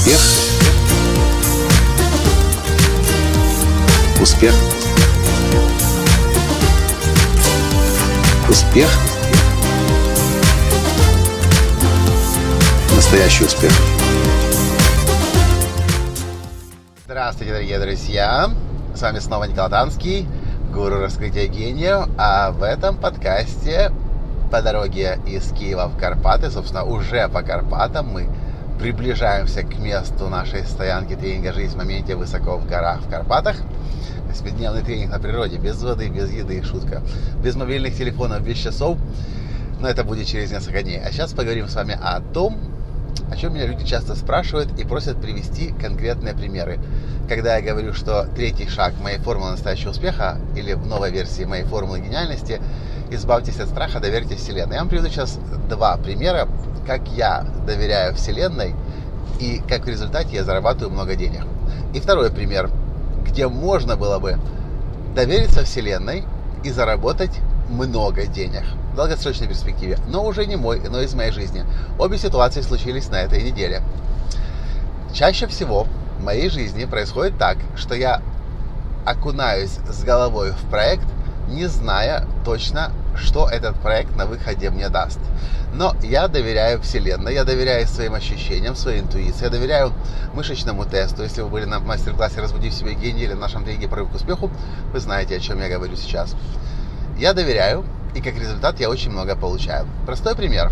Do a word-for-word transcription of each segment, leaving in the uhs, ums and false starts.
Успех. Успех. Успех. Настоящий успех. Здравствуйте, дорогие друзья! С вами снова Николай Танский, гуру раскрытия гениев. А в этом подкасте по дороге из Киева в Карпаты, собственно, уже по Карпатам мы приближаемся к месту нашей стоянки тренинга «Жизнь в моменте» высоко в горах в Карпатах. Восьмидневный тренинг на природе, без воды, без еды, шутка, без мобильных телефонов, без часов. Но это будет через несколько дней. А сейчас поговорим с вами о том, о чем меня люди часто спрашивают и просят привести конкретные примеры. Когда я говорю, что третий шаг моей формулы настоящего успеха, или в новой версии моей формулы гениальности, избавьтесь от страха, доверьтесь Вселенной. Я вам приведу сейчас два примера, как я доверяю Вселенной и как в результате я зарабатываю много денег. И второй пример, где можно было бы довериться Вселенной и заработать много денег в долгосрочной перспективе, но уже не мой, но из моей жизни. Обе ситуации случились на этой неделе. Чаще всего в моей жизни происходит так, что я окунаюсь с головой в проект, не зная точно, что этот проект на выходе мне даст. Но я доверяю Вселенной, я доверяю своим ощущениям, своей интуиции, я доверяю мышечному тесту. Если вы были на мастер-классе «Разбуди в себе гений» или в нашем тренинге «Прорыв к успеху», вы знаете, о чем я говорю сейчас. Я доверяю, и как результат я очень много получаю. Простой пример.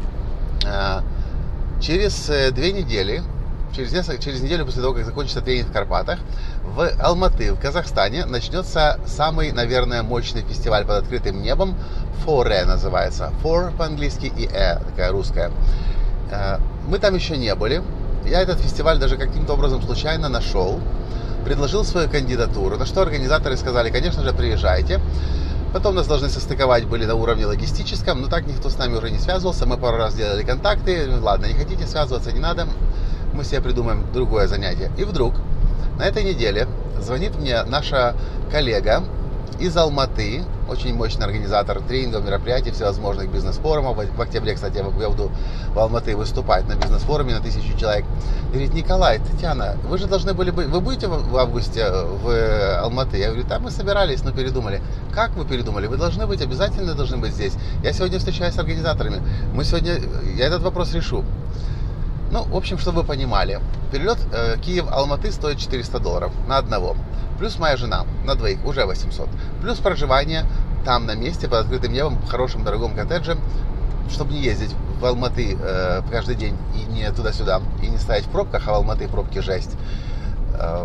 Через две недели, через, несколько, через неделю после того, как закончится тренинг в Карпатах, в Алматы, в Казахстане, начнется самый, наверное, мощный фестиваль под открытым небом. Форе называется. For по-английски и Э, такая русская. Мы там еще не были. Я этот фестиваль даже каким-то образом случайно нашел. Предложил свою кандидатуру, на что организаторы сказали, конечно же, приезжайте. Потом нас должны состыковать были на уровне логистическом, но так никто с нами уже не связывался. Мы пару раз делали контакты. Ладно, не хотите связываться, не надо. Мы себе придумаем другое занятие. И вдруг на этой неделе звонит мне наша коллега из Алматы, очень мощный организатор тренингов, мероприятий, всевозможных бизнес-форумов. В октябре, кстати, я буду в Алматы выступать на бизнес-форуме на тысячу человек. Говорит: Николай, Татьяна, вы же должны были быть, вы будете в августе в Алматы? Я говорю: да, мы собирались, но передумали. Как вы передумали? Вы должны быть, обязательно должны быть здесь. Я сегодня встречаюсь с организаторами. Мы сегодня, я этот вопрос решу. Ну, в общем, чтобы вы понимали, перелет э, Киев-Алматы стоит четыреста долларов на одного. Плюс моя жена на двоих уже восемьсот. Плюс проживание там на месте под открытым небом в хорошем дорогом коттедже, чтобы не ездить в Алматы э, каждый день и не туда-сюда, и не стоять в пробках, а в Алматы пробки жесть. Э,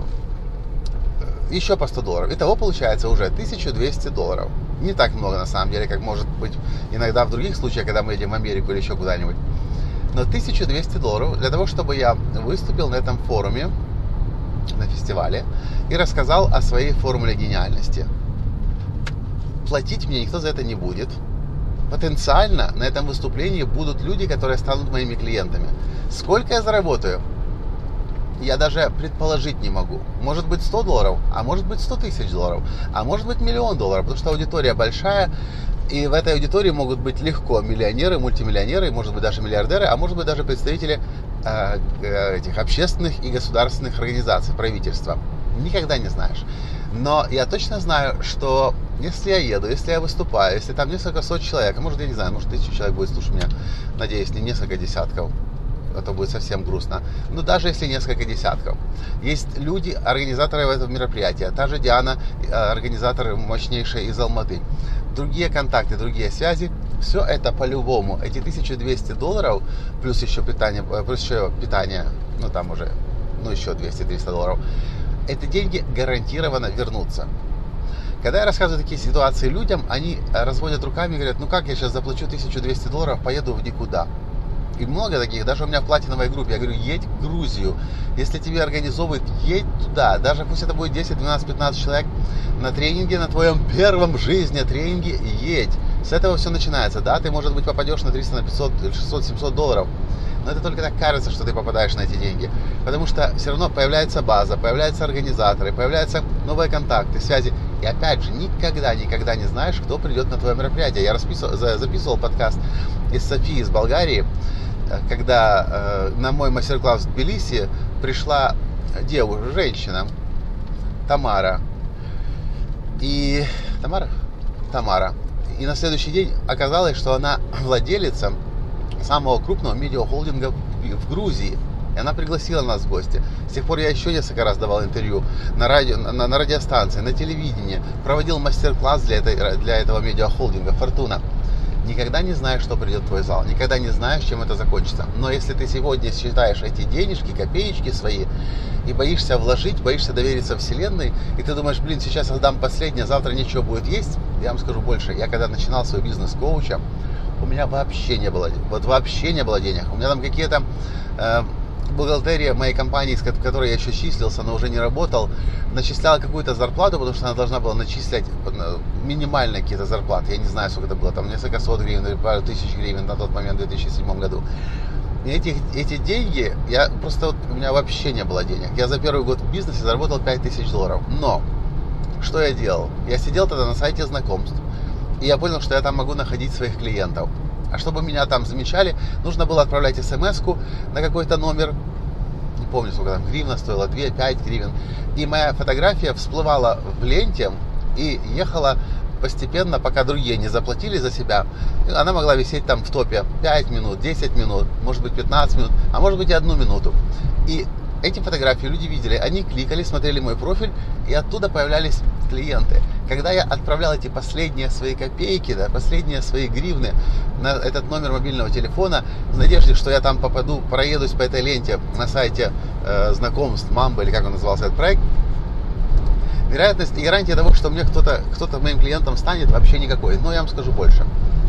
еще по сто долларов. Итого получается уже тысяча двести долларов. Не так много на самом деле, как может быть иногда в других случаях, когда мы едем в Америку или еще куда-нибудь. Но тысяча двести долларов для того, чтобы я выступил на этом форуме, на фестивале, и рассказал о своей формуле гениальности. Платить мне никто за это не будет. Потенциально на этом выступлении будут люди, которые станут моими клиентами. Сколько я заработаю, я даже предположить не могу. Может быть сто долларов, а может быть сто тысяч долларов, а может быть миллион долларов, потому что аудитория большая. И в этой аудитории могут быть легко миллионеры, мультимиллионеры, может быть даже миллиардеры, а может быть даже представители э, этих общественных и государственных организаций, правительства. Никогда не знаешь. Но я точно знаю, что если я еду, если я выступаю, если там несколько сот человек, а может, я не знаю, может, тысячу человек будет слушать меня, надеюсь, не несколько десятков, это будет совсем грустно. Но даже если несколько десятков. Есть люди, организаторы этого мероприятия. Та же Диана, организатор мощнейшая из Алматы. Другие контакты, другие связи. Все это по-любому. Эти тысяча двести долларов, плюс еще питание, плюс еще питание, ну там уже, ну еще двести-триста долларов. Эти деньги гарантированно вернутся. Когда я рассказываю такие ситуации людям, они разводят руками и говорят: ну как я сейчас заплачу тысячу двести долларов, поеду в никуда. И много таких, даже у меня в платиновой группе. Я говорю: едь в Грузию. Если тебе организовывают, едь туда. Даже пусть это будет десять, двенадцать, пятнадцать человек на тренинге, на твоем первом в жизни тренинге, едь. С этого все начинается. Да, ты, может быть, попадешь на триста, на пятьсот, шестьсот, семьсот долларов. Но это только так кажется, что ты попадаешь на эти деньги. Потому что все равно появляется база, появляются организаторы, появляются новые контакты, связи. И опять же, никогда, никогда не знаешь, кто придет на твое мероприятие. Я расписывал, записывал подкаст из Софии, из Болгарии. когда э, на мой мастер-класс в Тбилиси пришла девушка, женщина, Тамара. И Тамара? Тамара. И на следующий день оказалось, что она владелица самого крупного медиахолдинга в Грузии. И она пригласила нас в гости. С тех пор я еще несколько раз давал интервью на, радио, на, на радиостанции, на телевидении. Проводил мастер-класс для, этой, для этого медиахолдинга «Фортуна». Никогда не знаешь, что придет в твой зал. Никогда не знаешь, чем это закончится. Но если ты сегодня считаешь эти денежки, копеечки свои, и боишься вложить, боишься довериться Вселенной, и ты думаешь, блин, сейчас я дам последнее, завтра ничего будет есть, я вам скажу больше. Я когда начинал свой бизнес коуча, у меня вообще не было, вот вообще не было денег. У меня там какие-то... Э, бухгалтерия моей компании, в которой я еще числился, но уже не работал, начисляла какую-то зарплату, потому что она должна была начислять минимальные какие-то зарплаты. Я не знаю, сколько это было, там несколько сот гривен или пару тысяч гривен на тот момент, в две тысячи седьмом году. И эти, эти деньги, я просто, вот, у меня вообще не было денег. Я за первый год в бизнесе заработал пять тысяч долларов. Но, что я делал? Я сидел тогда на сайте знакомств, и я понял, что я там могу находить своих клиентов. А чтобы меня там замечали, нужно было отправлять смс-ку на какой-то номер. Не помню, сколько там гривна стоила, две-пять гривен. И моя фотография всплывала в ленте и ехала постепенно, пока другие не заплатили за себя. Она могла висеть там в топе пять минут, десять минут, может быть пятнадцать минут, а может быть и одну минуту. И эти фотографии люди видели, они кликали, смотрели мой профиль, и оттуда появлялись клиенты. Когда я отправлял эти последние свои копейки, да, последние свои гривны на этот номер мобильного телефона, в надежде, что я там попаду, проедусь по этой ленте на сайте э, знакомств Мамба, или как он назывался этот проект, вероятность и гарантия того, что мне кто-то, кто-то моим клиентом станет, вообще никакой. Но я вам скажу больше.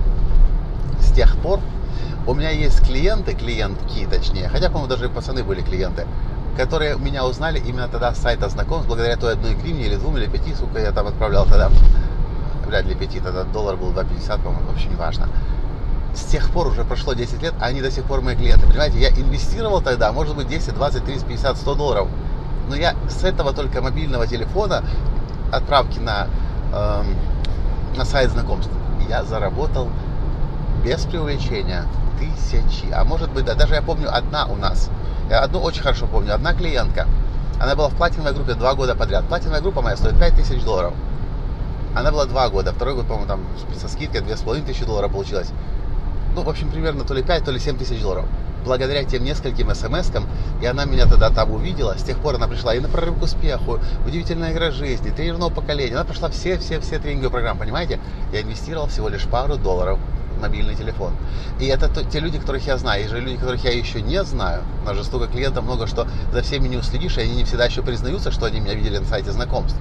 С тех пор у меня есть клиенты, клиентки точнее, хотя, по-моему, даже пацаны были клиенты, которые меня узнали именно тогда с сайта знакомств, благодаря той одной гривне или двум, или пяти, сколько я там отправлял тогда. Вряд ли пяти, тогда доллар был два пятьдесят, по-моему, вообще не важно. С тех пор уже прошло десять лет, а они до сих пор мои клиенты. Понимаете, я инвестировал тогда, может быть, десять, двадцать, тридцать, пятьдесят, сто долларов. Но я с этого только мобильного телефона, отправки на, э, на сайт знакомств, я заработал без преувеличения тысячи. А может быть, да, даже я помню, одна у нас. Я одну очень хорошо помню. Одна клиентка. Она была в платиновой группе два года подряд. Платиновая группа моя стоит пять тысяч долларов. Она была два года. Второй год, по-моему, там со скидкой две с половиной тысячи долларов получилось. Ну, в общем, примерно то ли пять, то ли семь тысяч долларов. Благодаря тем нескольким смс-кам, и она меня тогда там увидела. С тех пор она пришла и на прорыв к успеху, удивительная игра жизни, тренер нового поколения. Она прошла все-все-все тренинговые программы, понимаете? Я инвестировал всего лишь пару долларов в мобильный телефон. И это то, те люди, которых я знаю. И же люди, которых я еще не знаю. У нас же столько клиентов много, что за всеми не уследишь, и они не всегда еще признаются, что они меня видели на сайте знакомств.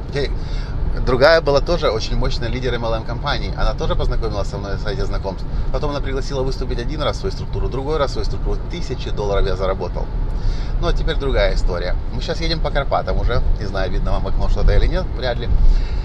Другая была тоже очень мощная лидер эм эл эм-компании. Она тоже познакомилась со мной на сайте знакомств. Потом она пригласила выступить один раз в свою структуру, другой раз в свою структуру. Тысячи долларов я заработал. Ну, а теперь другая история. Мы сейчас едем по Карпатам уже. Не знаю, видно вам в окно что-то или нет, вряд ли.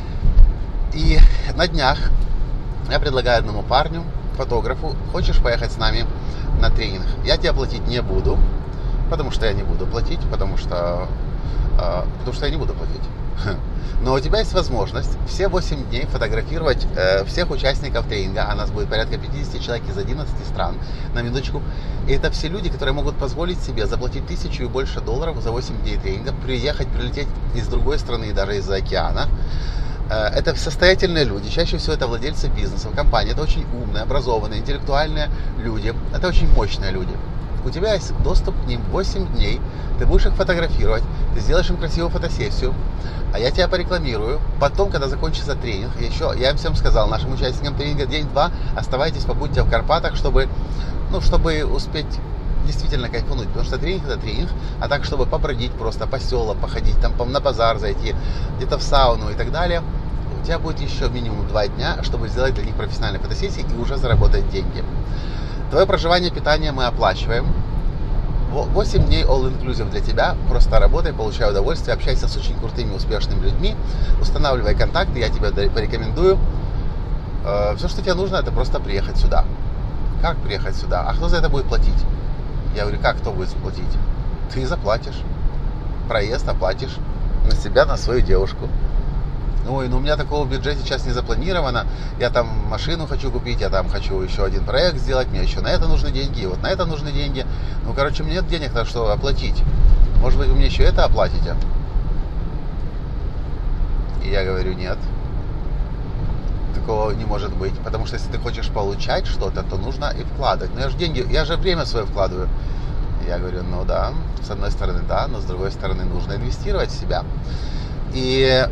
И на днях я предлагаю одному парню, фотографу: хочешь поехать с нами на тренинг? Я тебе платить не буду, потому что я не буду платить, потому что, э, потому что я не буду платить. Но у тебя есть возможность все восемь дней фотографировать э, всех участников тренинга, а нас будет порядка пятьдесят человек из одиннадцати стран, на минуточку. И это все люди, которые могут позволить себе заплатить тысячу и больше долларов за восемь дней тренинга, приехать, прилететь из другой страны, даже из-за океана. Э, это состоятельные люди, чаще всего это владельцы бизнесов, компаний, это очень умные, образованные, интеллектуальные люди, это очень мощные люди. У тебя есть доступ к ним восемь дней, ты будешь их фотографировать, ты сделаешь им красивую фотосессию, а я тебя порекламирую. Потом, когда закончится тренинг, еще, я им всем сказал, нашим участникам тренинга, день-два, оставайтесь, побудьте в Карпатах, чтобы, ну, чтобы успеть действительно кайфануть, потому что тренинг — это тренинг, а так, чтобы побродить просто по селам, походить, там на базар зайти, где-то в сауну и так далее, у тебя будет еще минимум два дня, чтобы сделать для них профессиональные фотосессии и уже заработать деньги. Твое проживание, питание мы оплачиваем. восемь дней all-inclusive для тебя. Просто работай, получай удовольствие, общайся с очень крутыми, успешными людьми, устанавливай контакты, я тебе порекомендую. Все, что тебе нужно, это просто приехать сюда. Как приехать сюда? А кто за это будет платить? Я говорю, как кто будет платить? Ты заплатишь. Проезд оплатишь на себя, на свою девушку. Ой, ну у меня такого в бюджете сейчас не запланировано. Я там машину хочу купить, я там хочу еще один проект сделать, мне еще на это нужны деньги, и вот на это нужны деньги. Ну, короче, мне нет денег на что оплатить. Может быть, вы мне еще это оплатите? И я говорю, нет. Такого не может быть. Потому что если ты хочешь получать что-то, то нужно и вкладывать. Но я же деньги, я же время свое вкладываю. Я говорю, ну да, с одной стороны да, но с другой стороны нужно инвестировать в себя. И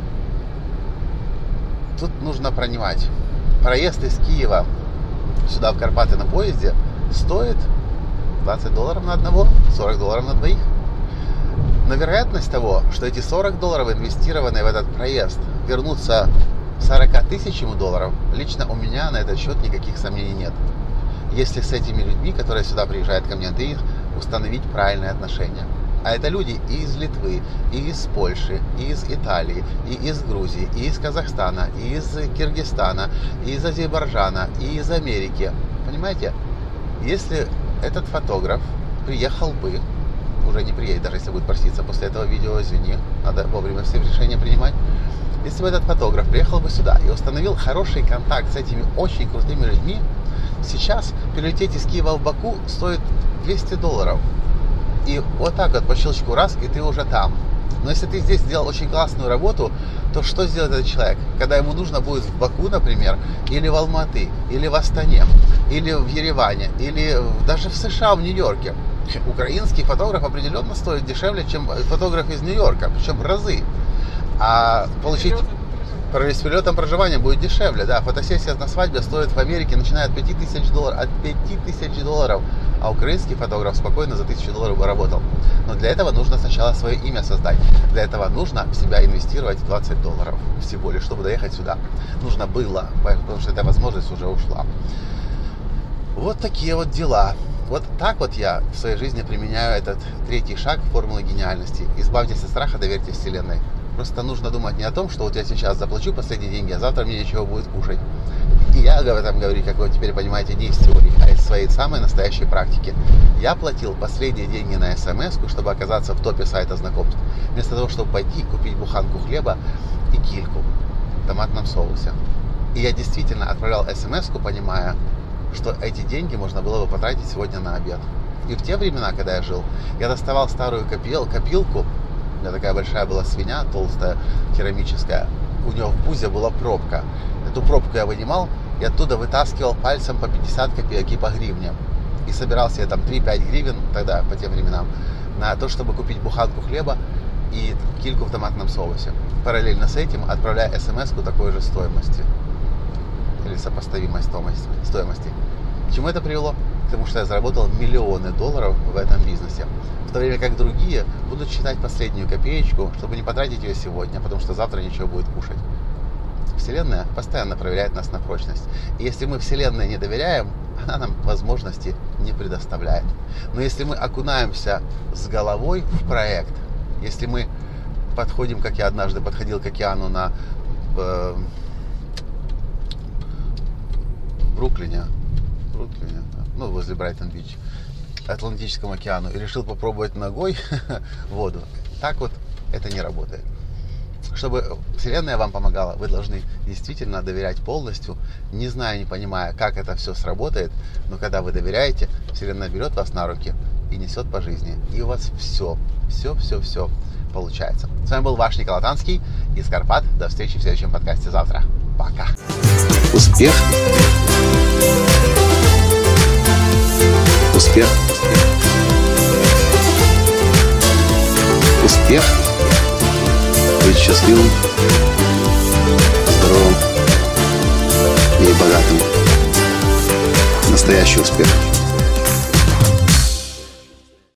тут нужно понимать, проезд из Киева сюда в Карпаты на поезде стоит двадцать долларов на одного, сорок долларов на двоих. Но вероятность того, что эти сорок долларов, инвестированные в этот проезд, вернутся сорок тысяч долларов, лично у меня на этот счет никаких сомнений нет. Если с этими людьми, которые сюда приезжают ко мне, ты их установить правильные отношения. А это люди и из Литвы, и из Польши, и из Италии, и из Грузии, и из Казахстана, и из Киргизстана, и из Азербайджана, и из Америки. Понимаете? Если этот фотограф приехал бы, уже не приедет, даже если будет проситься после этого видео, извини, надо вовремя все решения принимать. Если бы этот фотограф приехал бы сюда и установил хороший контакт с этими очень крутыми людьми, сейчас перелететь из Киева в Баку стоит двести долларов. И вот так вот по щелчку раз, и ты уже там. Но если ты здесь сделал очень классную работу, то что сделает этот человек? Когда ему нужно будет в Баку, например, или в Алматы, или в Астане, или в Ереване, или даже в США, в Нью-Йорке. Украинский фотограф определенно стоит дешевле, чем фотограф из Нью-Йорка, причем в разы. А получить с перелетом проживания будет дешевле. Да, фотосессия на свадьбе стоит в Америке, начиная от пяти тысяч долларов, от пяти тысяч долларов. А украинский фотограф спокойно за тысячу долларов бы работал. Но для этого нужно сначала свое имя создать. Для этого нужно в себя инвестировать двадцать долларов всего лишь, чтобы доехать сюда. Нужно было, потому что эта возможность уже ушла. Вот такие вот дела. Вот так вот я в своей жизни применяю этот третий шаг формулы гениальности. Избавьтесь от страха, доверьте Вселенной. Просто нужно думать не о том, что вот я сейчас заплачу последние деньги, а завтра мне нечего будет кушать. И я об этом говорю, как вы теперь понимаете, не из теории, а из своей самой настоящей практики. Я платил последние деньги на смс-ку, чтобы оказаться в топе сайта знакомств. Вместо того, чтобы пойти купить буханку хлеба и кильку в томатном соусе. И я действительно отправлял смс-ку, понимая, что эти деньги можно было бы потратить сегодня на обед. И в те времена, когда я жил, я доставал старую копил, копилку. У меня такая большая была свинья, толстая, керамическая. У нее в пузе была пробка. Эту пробку я вынимал и оттуда вытаскивал пальцем по пятьдесят копеек и по гривне. И собирал себе там три-пять гривен, тогда, по тем временам, на то, чтобы купить буханку хлеба и кильку в томатном соусе. Параллельно с этим отправляя смс-ку такой же стоимости. Или сопоставимой стоимости. К чему это привело? Потому что я заработал миллионы долларов в этом бизнесе. В то время как другие будут считать последнюю копеечку, чтобы не потратить ее сегодня, потому что завтра ничего будет кушать. Вселенная постоянно проверяет нас на прочность. И если мы Вселенной не доверяем, она нам возможности не предоставляет. Но если мы окунаемся с головой в проект, если мы подходим, как я однажды подходил к океану на э, Бруклине, Бруклине, ну, возле Брайтон-Бич, Атлантическому океану, и решил попробовать ногой воду, так вот это не работает. Чтобы Вселенная вам помогала, вы должны действительно доверять полностью, не зная, не понимая, как это все сработает, но когда вы доверяете, Вселенная берет вас на руки и несет по жизни, и у вас все, все, все, все получается. С вами был ваш Николай Танский из Карпат. До встречи в следующем подкасте завтра. Пока. Успех. Успех. Успех. Быть счастливым, здоровым и богатым. Настоящий успех.